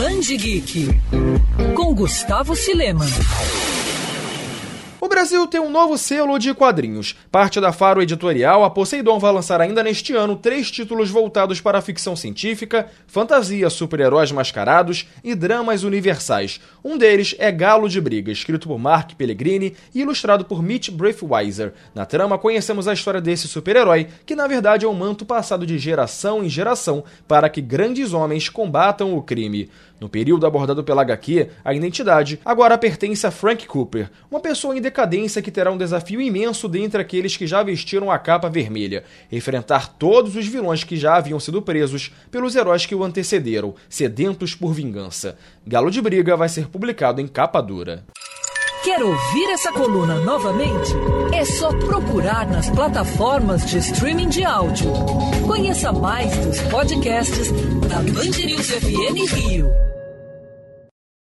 Band Geek, com Gustavo Silema. O Brasil tem um novo selo de quadrinhos. Parte da Faro Editorial, a Poseidon vai lançar ainda neste ano 3 títulos voltados para a ficção científica, fantasia, super-heróis mascarados e dramas universais. Um deles é Galo de Briga, escrito por Mark Pellegrini e ilustrado por Mitch Braithwaite. Na trama, conhecemos a história desse super-herói, que na verdade é um manto passado de geração em geração para que grandes homens combatam o crime. No período abordado pela HQ, a identidade agora pertence a Frank Cooper, uma pessoa em decadência que terá um desafio imenso dentre aqueles que já vestiram a capa vermelha: enfrentar todos os vilões que já haviam sido presos pelos heróis que o antecederam, sedentos por vingança. Galo de Briga vai ser publicado em capa dura. Quer ouvir essa coluna novamente? É só procurar nas plataformas de streaming de áudio. Conheça mais dos podcasts da Band News FM Rio.